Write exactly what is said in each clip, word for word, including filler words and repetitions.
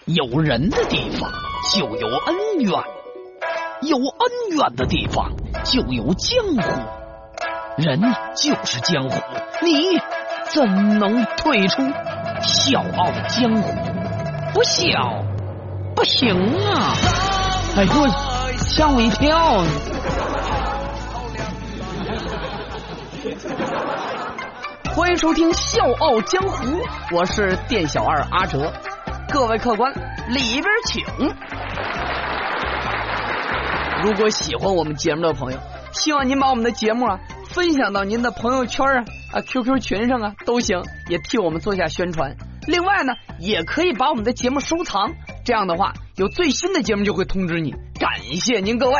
有人的地方就有恩怨，有恩怨的地方就有江湖。人就是江湖，你怎能退出？笑傲江湖，不笑不行啊！哎呦，吓我一跳！欢迎收听《笑傲江湖》，我是店小二阿哲，各位客官里边请。如果喜欢我们节目的朋友，希望您把我们的节目啊分享到您的朋友圈啊啊 Q Q 群上啊都行，也替我们做下宣传。另外呢，也可以把我们的节目收藏，这样的话有最新的节目就会通知你。感谢您各位。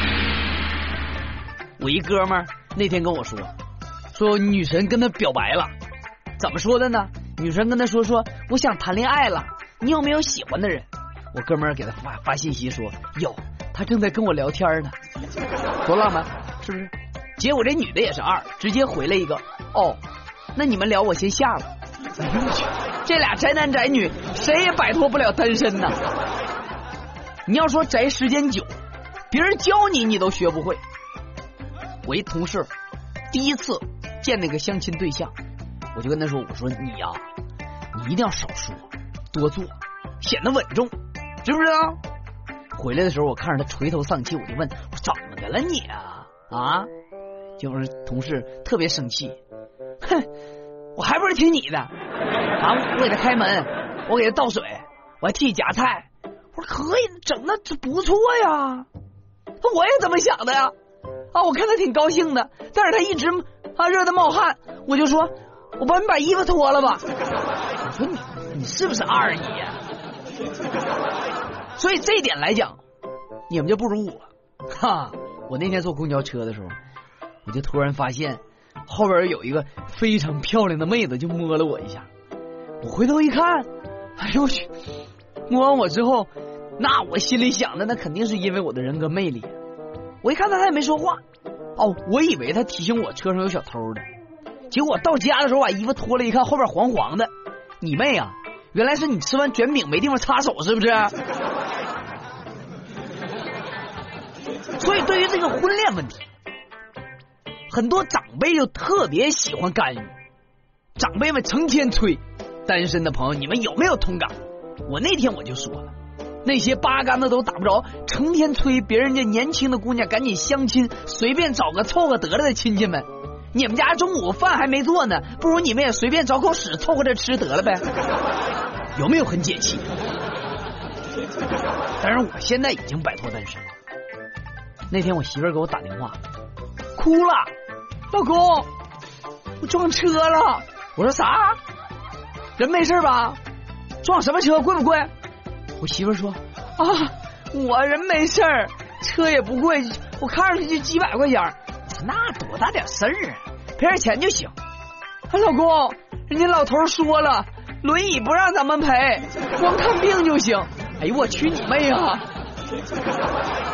我一哥们儿那天跟我说，说女神跟他表白了，怎么说的呢？女神跟他说说我想谈恋爱了，你有没有喜欢的人？我哥们儿给他发发信息说有，他正在跟我聊天呢，多浪漫，是不是？结果这女的也是二，直接回了一个哦，那你们聊我先下了。这俩宅男宅女谁也摆脱不了单身呐。你要说宅时间久，别人教你你都学不会。我一同事第一次见那个相亲对象，我就跟他说，我说你呀、啊，你一定要少说多做，显得稳重，知不知道？回来的时候我看着他垂头丧气，我就问我怎么的了你啊啊？就是同事特别生气，哼，我还不是听你的啊！我给他开门，我给他倒水，我还替夹菜，我说可以，整的不错呀，我也这么想的呀。啊，我看他挺高兴的，但是他一直啊热得冒汗，我就说，我帮你把衣服脱了吧。我说你你是不是二姨呀？所以这一点来讲，你们就不如我。哈，我那天坐公交车的时候，我就突然发现后边有一个非常漂亮的妹子就摸了我一下，我回头一看，哎呦我去，摸完我之后，那我心里想的那肯定是因为我的人格魅力。我一看他他也没说话，哦，我以为他提醒我车上有小偷的，结果到家的时候把衣服脱了一看，后边黄黄的，你妹啊，原来是你吃完卷饼没地方擦手是不是？所以对于这个婚恋问题，很多长辈就特别喜欢干预，长辈们成天催，单身的朋友你们有没有同感？我那天我就说了，那些八竿子都打不着，成天催别人家年轻的姑娘赶紧相亲，随便找个凑合得了的亲戚们，你们家中午饭还没做呢，不如你们也随便找口屎凑合着吃得了呗，有没有很解气？当然我现在已经摆脱单身了。那天我媳妇儿给我打电话哭了，老公我撞车了。我说啥？人没事吧？撞什么车？贵不贵？我媳妇说啊，我人没事儿，车也不贵，我看上去就几百块钱。那多大点事儿啊，赔点钱就行。啊，老公，人家老头说了，轮椅不让咱们赔，光看病就行。哎呦我去你妹啊！